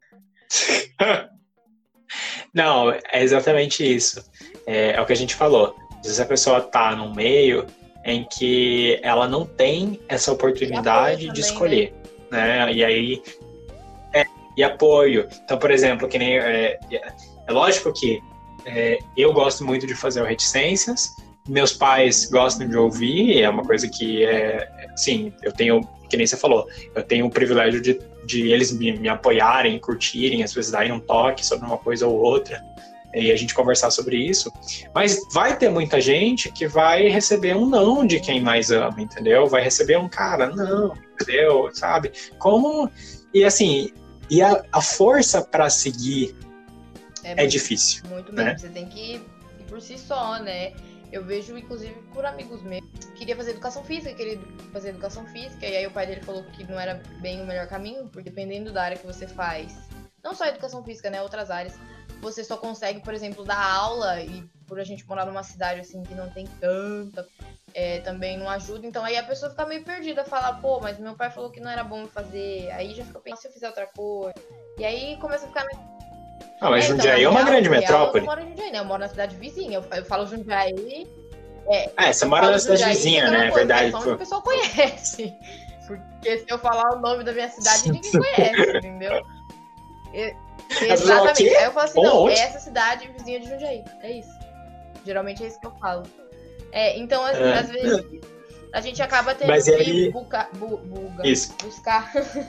Não, é exatamente isso. É, é o que a gente falou. Às vezes a pessoa tá num meio em que ela não tem essa oportunidade também, de escolher, né? né? E aí... E apoio. Então, por exemplo, que nem é, é lógico que é, eu gosto muito de fazer o Reticências, meus pais gostam de ouvir, é uma coisa que é, sim, eu tenho, que nem você falou, eu tenho o privilégio de, de eles me, me apoiarem, curtirem, às vezes darem um toque sobre uma coisa ou outra, e a gente conversar sobre isso, mas vai ter muita gente que vai receber um não de quem mais ama, entendeu? Vai receber um cara, não, entendeu? Sabe? Como, e assim... E a, a força para seguir é, é muito, difícil. Muito né? mesmo. Você tem que ir por si só, né? Eu vejo, inclusive, por amigos meus. Queria fazer educação física, queria fazer educação física. E aí o pai dele falou que não era bem o melhor caminho, porque dependendo da área que você faz, não só educação física, né? Outras áreas, você só consegue, por exemplo, dar aula. E por a gente morar numa cidade assim que não tem tanta... É, também não ajuda, então aí a pessoa fica meio perdida, fala, pô, mas meu pai falou que não era bom fazer, aí já fica pensando se eu fizer outra coisa, e aí começa a ficar... Ah, mas é, Jundiaí então, é uma real, grande real, metrópole. Eu não moro em Jundiaí, né? Eu moro na cidade vizinha, eu, eu falo Jundiaí... É, é você mora na cidade Jundiaí, vizinha, né? É verdade. É o pessoal conhece, porque se eu falar o nome da minha cidade, ninguém conhece, entendeu? E, exatamente, aí eu falo assim, não, é essa cidade vizinha de Jundiaí, é isso. Geralmente é isso que eu falo. É, então, às, é. às vezes, a gente acaba tendo Mas que aí... buca, bu, buga, Isso. buscar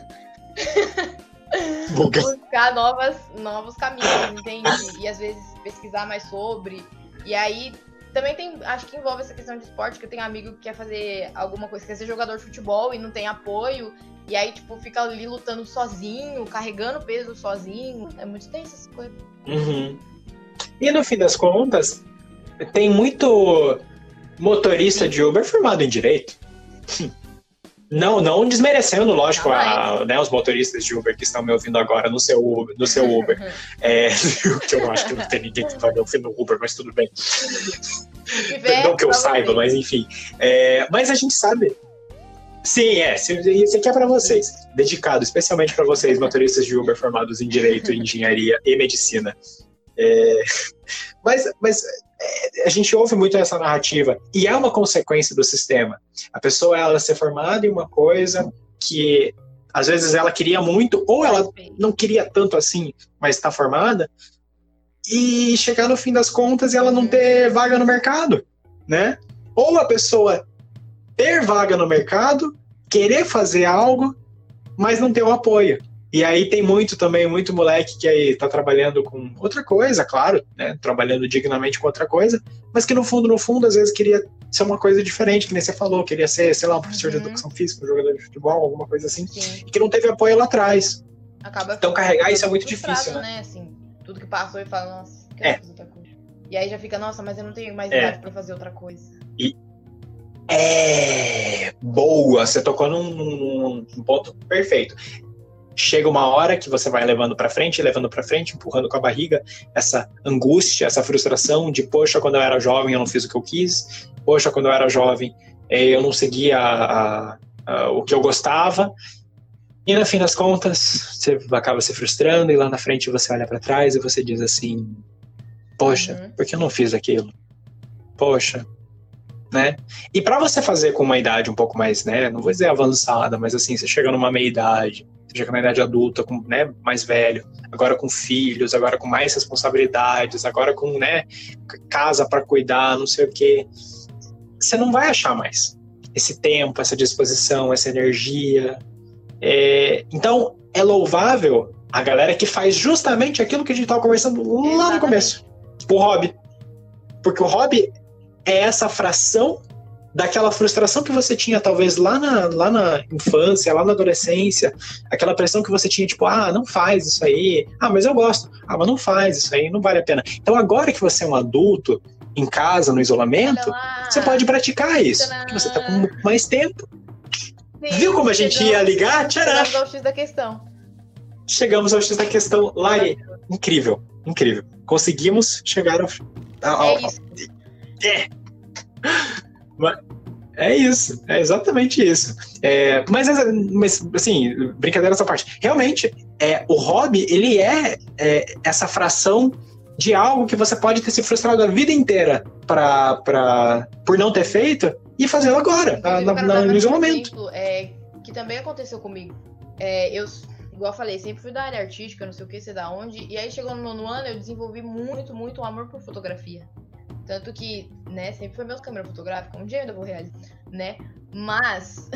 buscar novas, novos caminhos, entende? E às vezes pesquisar mais sobre. E aí, também tem, acho que envolve essa questão de esporte, que eu tenho um amigo que quer fazer alguma coisa, quer ser jogador de futebol e não tem apoio. E aí, tipo, fica ali lutando sozinho, carregando peso sozinho. É muito tenso essa coisa. Uhum. E no fim das contas, tem muito... motorista de Uber formado em Direito. Não, não desmerecendo, lógico, a, né, os motoristas de Uber que estão me ouvindo agora no seu Uber. No seu Uber. É, eu acho que não tem ninguém que vai me ouvir no Uber, mas tudo bem. Não que eu saiba, mas enfim. É, mas a gente sabe. Sim, é. Isso aqui é para vocês. Dedicado especialmente para vocês, motoristas de Uber formados em Direito, Engenharia e Medicina. É, mas... mas a gente ouve muito essa narrativa e é uma consequência do sistema. A pessoa, ela ser formada em uma coisa que às vezes ela queria muito ou ela não queria tanto assim, mas está formada, e chegar no fim das contas e ela não ter vaga no mercado, né? Ou a pessoa ter vaga no mercado, querer fazer algo, mas não ter o apoio. E aí tem muito também, muito moleque que aí tá trabalhando com outra coisa, claro, né? Trabalhando dignamente com outra coisa, mas que no fundo, no fundo, às vezes queria ser uma coisa diferente, que nem você falou, queria ser, sei lá, um professor Uhum. de educação física, um jogador de futebol, alguma coisa assim, Sim. e que não teve apoio lá atrás. Acaba Então carregar isso é muito frustrado, difícil, né? né? Assim, tudo que passou e fala, nossa, quero É. fazer outra coisa. E aí já fica, nossa, mas eu não tenho mais É. idade pra fazer outra coisa. É boa, você tocou num, num, num ponto perfeito. Chega uma hora que você vai levando pra frente, levando pra frente, empurrando com a barriga, essa angústia, essa frustração de, poxa, quando eu era jovem eu não fiz o que eu quis, poxa, quando eu era jovem eu não seguia a, a, a, o que eu gostava, e no fim das contas você acaba se frustrando e lá na frente você olha pra trás e você diz assim, poxa, Uhum. por que eu não fiz aquilo? Poxa, né? E para você fazer com uma idade um pouco mais, né, não vou dizer avançada, mas assim, você chega numa meia idade, você chega na idade adulta, com, né, mais velho, agora com filhos, agora com mais responsabilidades, agora com, né, casa para cuidar, não sei o quê, você não vai achar mais esse tempo, essa disposição, essa energia. É, então, é louvável a galera que faz justamente aquilo que a gente estava conversando lá Exatamente. no começo, o hobby. Porque o hobby é essa fração daquela frustração que você tinha talvez lá na, lá na infância, lá na adolescência, aquela pressão que você tinha, tipo, ah, não faz isso aí, ah, mas eu gosto, ah, mas não faz isso aí, não vale a pena. Então agora que você é um adulto, em casa, no isolamento, Olha lá. você pode praticar isso, Tcharam. porque você tá com mais tempo. Sim, Viu como a gente ia chegamos- ligar? Tcharam! Chegamos ao X da questão. Chegamos ao X da questão. Lari, incrível, incrível. Conseguimos chegar ao... ao, É ao- isso. É. Mas é isso, é exatamente isso. É, mas, mas, assim, brincadeira essa parte. Realmente, é, o hobby, ele é, é essa fração de algo que você pode ter se frustrado a vida inteira pra, pra, por não ter feito e fazê-lo agora, na, Inclusive, eu quero na, dar no mais um isolamento. exemplo, é, que também aconteceu comigo. É, eu, igual eu falei, sempre fui da área artística, não sei o que, sei da onde. E aí, chegou no nono ano, eu desenvolvi muito, muito amor por fotografia. Tanto que, né, sempre foi meu câmera fotográfica. Um dia eu ainda vou realizar, né? Mas,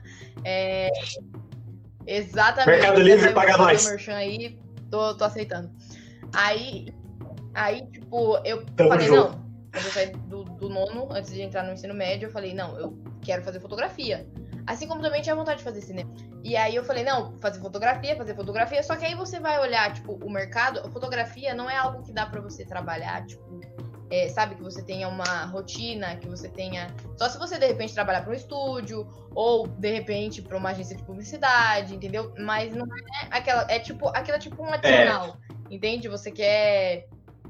é, exatamente. Mercado Livre Essa paga eu vou nós. fazer merchan aí, tô, tô aceitando. Aí, aí, tipo, eu Tamo falei, junto. não, quando eu saí do, do nono, antes de entrar no ensino médio, eu falei, não, eu quero fazer fotografia. Assim como também tinha vontade de fazer cinema. E aí eu falei, não, fazer fotografia, fazer fotografia. Só que aí você vai olhar, tipo, o mercado, a fotografia não é algo que dá pra você trabalhar, tipo, é, sabe, que você tenha uma rotina, que você tenha... Só se você, de repente, trabalhar para um estúdio, ou, de repente, para uma agência de publicidade, entendeu? Mas não é aquela... É tipo, aquilo é tipo um adicional, entende? Você quer...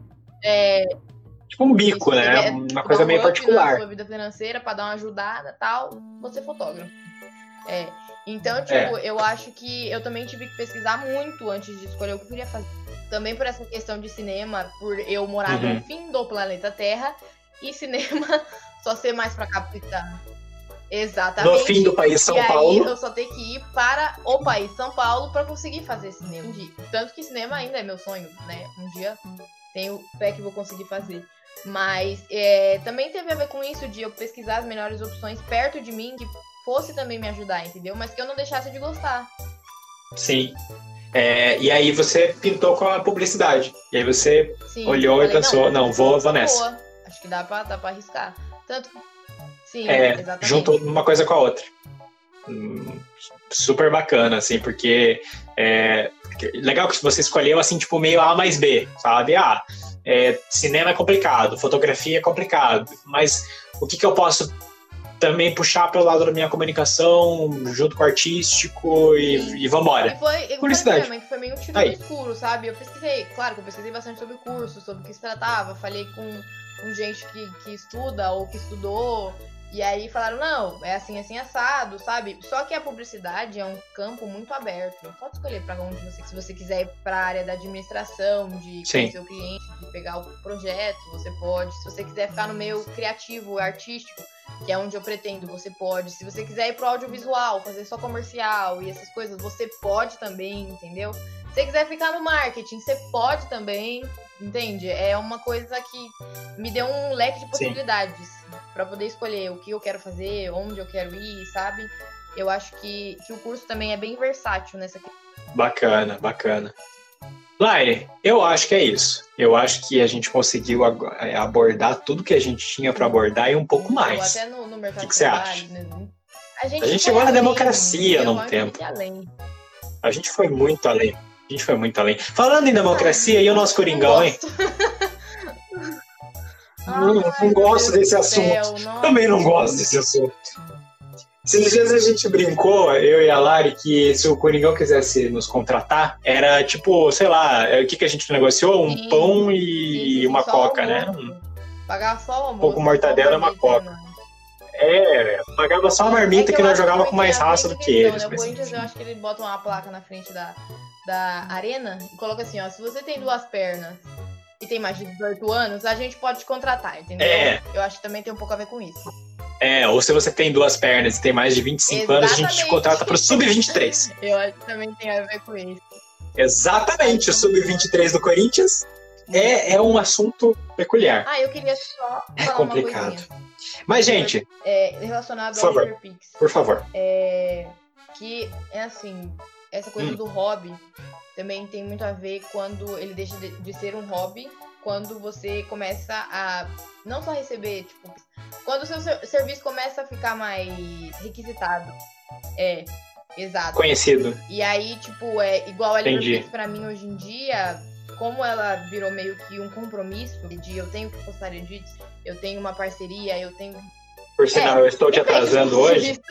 É, Tipo um bico, isso, né? você quer, Uma tipo, coisa dar um meio up na particular. sua vida financeira para dar uma ajudada e tal, você é fotógrafo. É. Então, tipo, É. eu acho que eu também tive que pesquisar muito antes de escolher o que eu queria fazer. Também por essa questão de cinema, por eu morar Uhum. no fim do planeta Terra e cinema só ser mais pra capital. Exatamente. No fim do país São e aí Paulo. eu só tenho que ir para o país São Paulo pra conseguir fazer cinema. Tanto que cinema ainda é meu sonho, né? Um dia tenho fé que vou conseguir fazer. Mas é, também teve a ver com isso de eu pesquisar as melhores opções perto de mim que fosse também me ajudar, entendeu? Mas que eu não deixasse de gostar. Sim. É, e aí você pintou com a publicidade. E aí você Sim, olhou eu e falei, pensou, não, vou, vou nessa. boa. Acho que dá pra, dá pra arriscar. Tanto Sim, É, exatamente. juntou uma coisa com a outra. Hum, super bacana, assim, porque é, legal que você escolheu, assim, tipo, meio A mais B, sabe? Ah, é, cinema é complicado, fotografia é complicado, mas o que que eu posso também puxar pelo lado da minha comunicação, junto com o artístico e, e vambora. E foi, eu Publicidade. falei, que foi meio um tiro Aí. no escuro, sabe? Eu pesquisei, claro que eu pesquisei bastante sobre o curso, sobre o que se tratava, falei com, com gente que, que estuda ou que estudou, e aí falaram, não, é assim, assim, assado, sabe? Só que a publicidade é um campo muito aberto, pode escolher pra onde você, se você quiser ir pra área da administração, de Sim. conhecer o cliente, de pegar o projeto, você pode, se você quiser ficar no meio criativo, artístico, que é onde eu pretendo, você pode. Se você quiser ir pro audiovisual, fazer só comercial e essas coisas, você pode também, entendeu? Se você quiser ficar no marketing, você pode também, entende? É uma coisa que me deu um leque de possibilidades para poder escolher o que eu quero fazer, onde eu quero ir, sabe? Eu acho que, que o curso também é bem versátil nessa questão. Bacana, bacana. Lai, eu acho que é isso. Eu acho que a gente conseguiu abordar tudo que a gente tinha para abordar e um pouco mais. Até no, no mercado O que, que você acha? Né? A gente, a gente chegou na democracia num além, tempo. A gente foi muito além. A gente foi muito além. Falando em democracia, ah, e o nosso Coringão, hein? Não, não, não gosto desse assunto. Céu, Também não gosto desse assunto. Esses dias a gente brincou, eu e a Lari, que se o Coringão quisesse nos contratar, era tipo, sei lá, o que, que a gente negociou? Um sim, pão e sim, uma coca, né? Pagar só o almoço. Um pouco mortadela e uma coca. É, pagava só a marmita é que, que nós jogava com mais raça do que eles. Né? O Corinthians, eu acho que eles botam uma placa na frente da, da arena e coloca assim, ó, se você tem duas pernas e tem mais de dezoito anos, a gente pode te contratar, entendeu? É. Eu acho que também tem um pouco a ver com isso. É, ou se você tem duas pernas e tem mais de vinte e cinco Exatamente. Anos, a gente te contrata pro sub vinte e três. Eu acho que também tem a ver com isso. Exatamente, o sub vinte e três do Corinthians é, é um assunto peculiar. Ah, eu queria só É falar complicado. Uma coisinha. Mas, gente... É, relacionado ao Liverpix. Por favor. É, que, é assim, essa coisa hum. do hobby também tem muito a ver quando ele deixa de, de ser um hobby, quando você começa a não só receber, tipo, quando o seu ser, serviço começa a ficar mais requisitado. É, exato. Conhecido. E aí, tipo, é igual a Liverpix pra mim hoje em dia, como ela virou meio que um compromisso de eu tenho que postar edits, eu tenho uma parceria, eu tenho... Por sinal, é, eu estou te atrasando é hoje.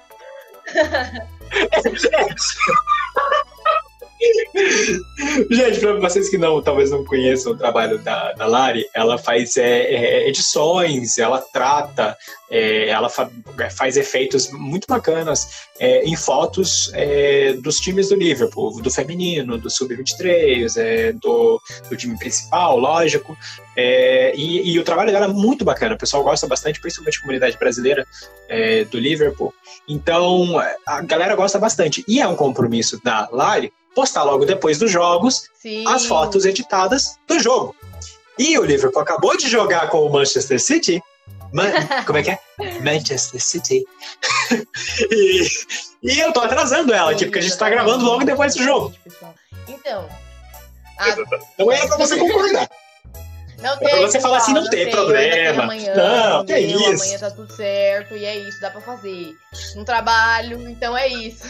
Gente, para vocês que não, talvez não conheçam o trabalho da, da Lari, ela faz é, é, edições, ela trata, é, ela fa, faz efeitos muito bacanas é, em fotos é, dos times do Liverpool, do feminino, do sub vinte e três, é, do, do time principal, lógico. É, e, e o trabalho dela é muito bacana, o pessoal gosta bastante, principalmente a comunidade brasileira é, do Liverpool. Então, a galera gosta bastante. E é um compromisso da Lari postar logo depois dos jogos Sim. as fotos editadas do jogo. E o Liverpool acabou de jogar com o Manchester City. Man, como é que é? Manchester City. e, e eu tô atrasando ela, Sim, tipo, porque a gente tá gravando logo depois do jogo. Então. A... Não é pra você concordar. Não tem, é pra você falar assim, não, não tem, tem problema. Amanhã, não, que é isso. Amanhã tá tudo certo e é isso, dá pra fazer. Não trabalho, então é isso.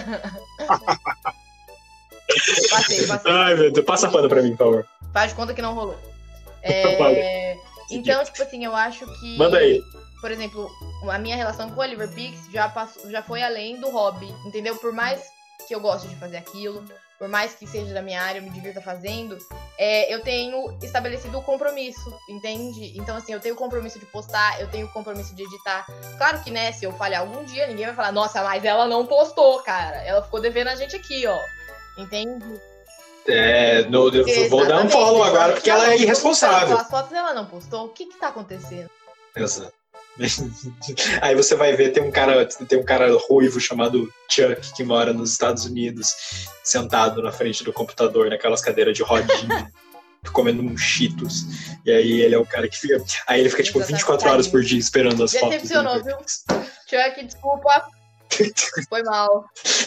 Passei, passei. Ai, meu Deus, passa a pano pra mim, por favor. Faz de conta que não rolou. É... então, tipo assim, eu acho que... Manda aí. Por exemplo, a minha relação com a Liverpix já, passou, já foi além do hobby, entendeu? Por mais que eu goste de fazer aquilo, por mais que seja da minha área, eu me divirta fazendo, é, eu tenho estabelecido o compromisso, entende? Então, assim, eu tenho o compromisso de postar, eu tenho o compromisso de editar. Claro que, né, se eu falhar algum dia, ninguém vai falar, nossa, mas ela não postou, cara. Ela ficou devendo a gente aqui, ó. Entende? É, no, eu vou dar um follow agora, porque ela é irresponsável. As fotos ela não postou, o que que tá acontecendo? Exato. Aí você vai ver, tem um cara, tem um cara ruivo chamado Chuck, que mora nos Estados Unidos, sentado na frente do computador, naquelas cadeiras de rodinha, comendo um Cheetos. E aí ele é o cara que fica... Aí ele fica, tipo, vinte e quatro horas por dia esperando as fotos. Decepcionou, viu? Chuck, desculpa. Foi mal.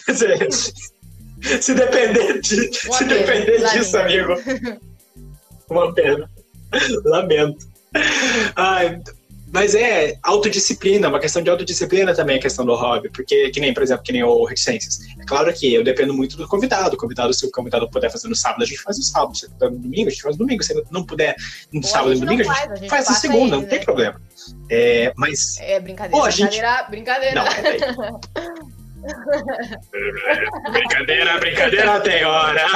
Se depender, de, se pena, depender disso, amigo. Uma pena. Lamento. Ai, mas é autodisciplina, uma questão de autodisciplina também a questão do hobby. Porque, que nem, por exemplo, que nem o Reticências. É claro que eu dependo muito do convidado. O convidado, se o convidado puder fazer no sábado, a gente faz no sábado. Se puder no domingo, a gente faz no domingo. Se não puder no Ou sábado e no domingo, a gente, faz, a gente faz na segunda, ele, não né? tem problema. É, mas... É brincadeira, Pô, brincadeira, gente... brincadeira. Não, peraí. brincadeira, brincadeira tem hora.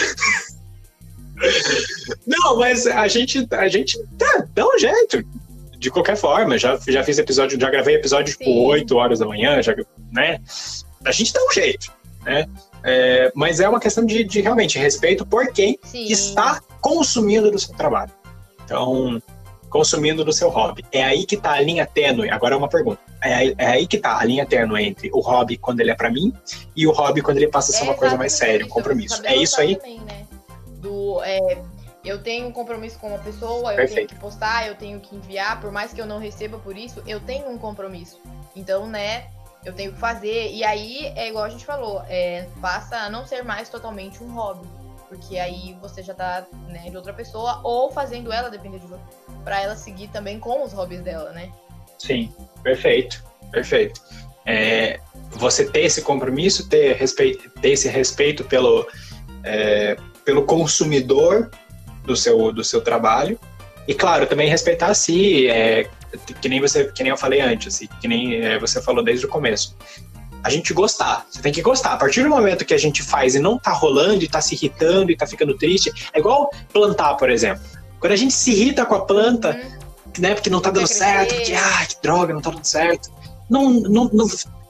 Não, mas a gente, a gente tá, dá um jeito. De qualquer forma, já, já fiz episódio, já gravei episódio tipo oito horas da manhã, já, né? A gente dá um jeito, né? É, mas é uma questão de, de realmente respeito por quem Sim. está consumindo do seu trabalho. Então, consumindo do seu hobby. É aí que tá a linha tênue. Agora é uma pergunta. É aí, é aí que tá a linha tênue entre o hobby quando ele é pra mim e o hobby quando ele passa a ser é uma coisa mais séria, um compromisso. É isso aí? Também, né? Do, é, eu tenho um compromisso com uma pessoa, eu Perfeito. tenho que postar, eu tenho que enviar, por mais que eu não receba por isso, eu tenho um compromisso. Então, né, eu tenho que fazer. E aí, é igual a gente falou, é, passa a não ser mais totalmente um hobby. Porque aí você já tá, né, de outra pessoa, ou fazendo ela depender de você, pra ela seguir também com os hobbies dela, né? Sim, perfeito, perfeito. É, você ter esse compromisso, ter, respeito, ter esse respeito pelo, é, pelo consumidor do seu, do seu trabalho, e claro, também respeitar a si, é, que, nem você, que nem eu falei antes, assim, que nem é, você falou desde o começo. A gente gostar, você tem que gostar. A partir do momento que a gente faz e não tá rolando, e tá se irritando, e tá ficando triste, é igual plantar, por exemplo. Quando a gente se irrita com a planta, uhum. né, porque não tá dando certo, porque, ah, que droga, não tá dando certo, não, não, não,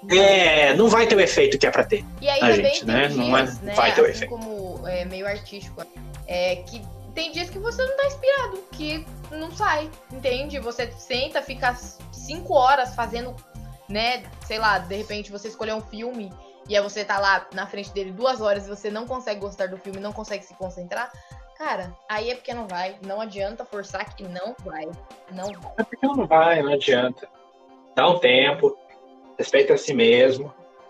é, não vai ter o efeito que é pra ter. E aí a também gente, tem né? dias, não é, né, vai ter o assim efeito. Como é, meio artístico, é, que tem dias que você não tá inspirado, que não sai, entende? Você senta, fica cinco horas fazendo, né, sei lá, de repente você escolher um filme e aí você tá lá na frente dele duas horas e você não consegue gostar do filme, não consegue se concentrar, cara, aí é porque não vai, não adianta forçar que não vai, não vai. É porque não vai, não adianta. Dá um tempo, respeita a si mesmo,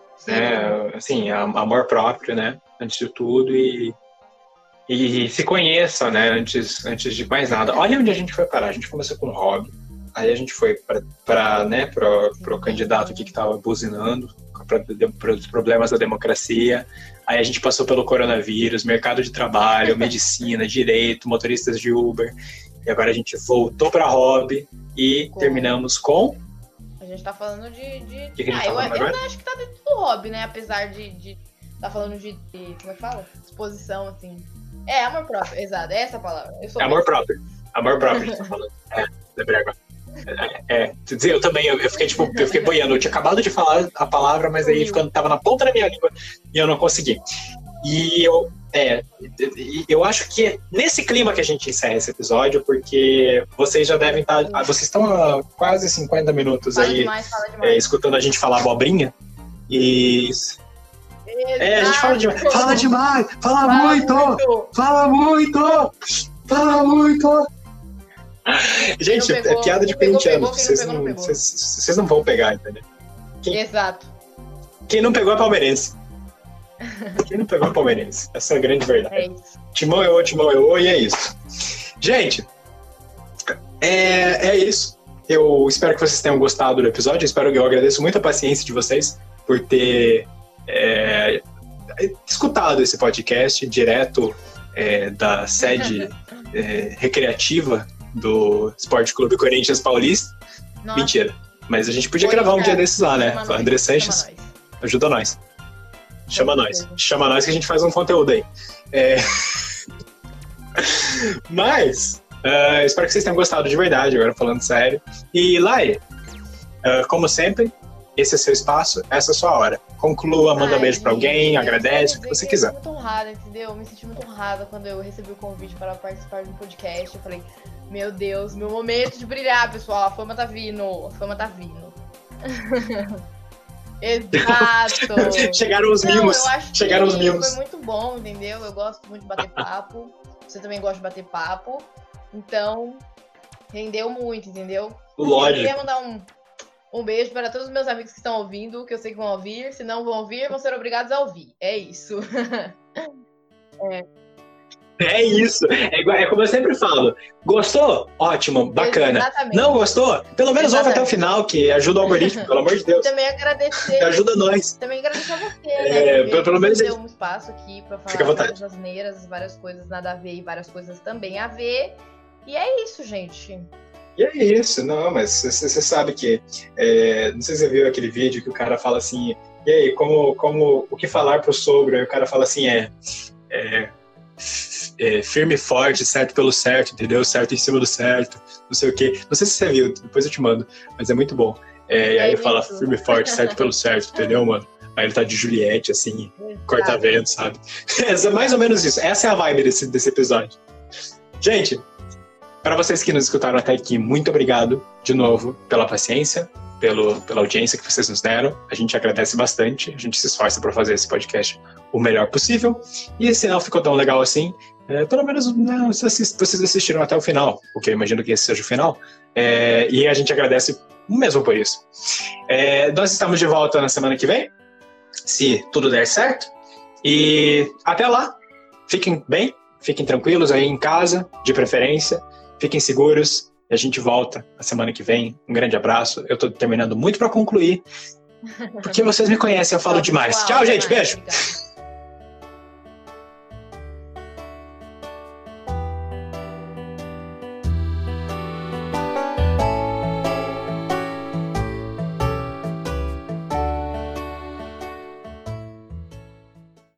né, assim, amor próprio, né, antes de tudo, e E se conheçam, né, antes, antes de mais nada. Olha onde a gente foi parar. A gente começou com hobby. Aí a gente foi para né, o candidato aqui que estava buzinando para os problemas da democracia. Aí a gente passou pelo coronavírus, mercado de trabalho, medicina, direito, motoristas de Uber. E agora a gente voltou para hobby e com... terminamos com... A gente tá falando de... de... Que que a gente ah, tá eu, falando eu agora? acho que tá dentro do hobby, né? Apesar de... de... Tá falando de, de... Como é que fala? Exposição, assim... É, amor próprio, exato, é essa a palavra. Eu sou é amor próprio, amor próprio, a gente tá falando. É, lembrei agora. É, é, eu também, eu, eu fiquei tipo, eu fiquei boiando, eu tinha acabado de falar a palavra, mas aí ficando, tava na ponta da minha língua e eu não consegui. E eu, é, eu acho que nesse clima que a gente encerra esse episódio, porque vocês já devem estar, vocês estão há quase cinquenta minutos fala aí demais, fala demais. É, escutando a gente falar abobrinha, e... É, a gente fala demais. Fala demais! Fala, fala muito, muito! Fala muito! Fala muito! Gente, pegou, é piada de corintiano. Vocês não, não, vocês não vão pegar, entendeu? Quem, Exato. Quem não pegou é palmeirense. Quem não pegou é palmeirense. Essa é a grande verdade. É isso. Timão eu, timão eu, e é isso. Gente, é, é isso. Eu espero que vocês tenham gostado do episódio. Eu espero que eu agradeço muito a paciência de vocês por ter... É, escutado esse podcast direto é, da sede é, recreativa do Esporte Clube Corinthians Paulista. Nossa. Mentira, mas a gente podia Oi, gravar cara. um dia desses lá, né? Chama André Sanches, nós. ajuda nós. Chama nós. Chama nós. Chama nós que a gente faz um conteúdo aí. É... Mas, uh, espero que vocês tenham gostado de verdade, agora falando sério. E, Lai, uh, como sempre, esse é seu espaço, essa é a sua hora. Conclua, manda Ai, beijo pra alguém, agradece, o que você quiser. Eu me senti muito honrada, entendeu? Eu me senti muito honrada quando eu recebi o convite para participar de um podcast. Eu falei, meu Deus, meu momento de brilhar, pessoal. A fama tá vindo, a fama tá vindo. Exato. Chegaram os Não, mimos. Eu acho Chegaram que os mimos. Foi muito bom, entendeu? Eu gosto muito de bater papo. Você também gosta de bater papo. Então, rendeu muito, entendeu? Lógico. Eu queria mandar um... Um beijo para todos os meus amigos que estão ouvindo, que eu sei que vão ouvir. Se não vão ouvir, vão ser obrigados a ouvir. É isso. é. é isso. É, igual, é como eu sempre falo. Gostou? Ótimo, bacana. Exatamente. Não gostou? Pelo menos ouve até o final, que ajuda o algoritmo, pelo amor de Deus. Também agradecer. Ajuda nós. Também agradecer a você, é, né? Pelo, pelo menos deu um espaço aqui para falar várias asneiras, várias coisas nada a ver e várias coisas também a ver. E é isso, gente. E é isso, não, mas você sabe que, é, não sei se você viu aquele vídeo que o cara fala assim, e aí, como, como, o que falar pro sogro? Aí o cara fala assim, é, é, é firme e forte, certo pelo certo, entendeu? Certo em cima do certo, não sei o quê. Não sei se você viu, depois eu te mando, mas é muito bom. É, e aí fala firme e forte, certo pelo certo, entendeu, mano? Aí ele tá de Juliette, assim, corta-vento, sabe? É mais ou menos isso, essa é a vibe desse, desse episódio. Gente... Para vocês que nos escutaram até aqui, muito obrigado de novo pela paciência, pelo, pela audiência que vocês nos deram. A gente agradece bastante, a gente se esforça para fazer esse podcast o melhor possível. E se não ficou tão legal assim, é, pelo menos né, vocês assistiram até o final, porque eu imagino que esse seja o final. É, e a gente agradece mesmo por isso. É, nós estamos de volta na semana que vem, se tudo der certo. E até lá, fiquem bem, fiquem tranquilos aí em casa, de preferência. Fiquem seguros e a gente volta na semana que vem. Um grande abraço. Eu tô terminando muito para concluir, porque vocês me conhecem, eu falo demais. Tchau, gente. Beijo.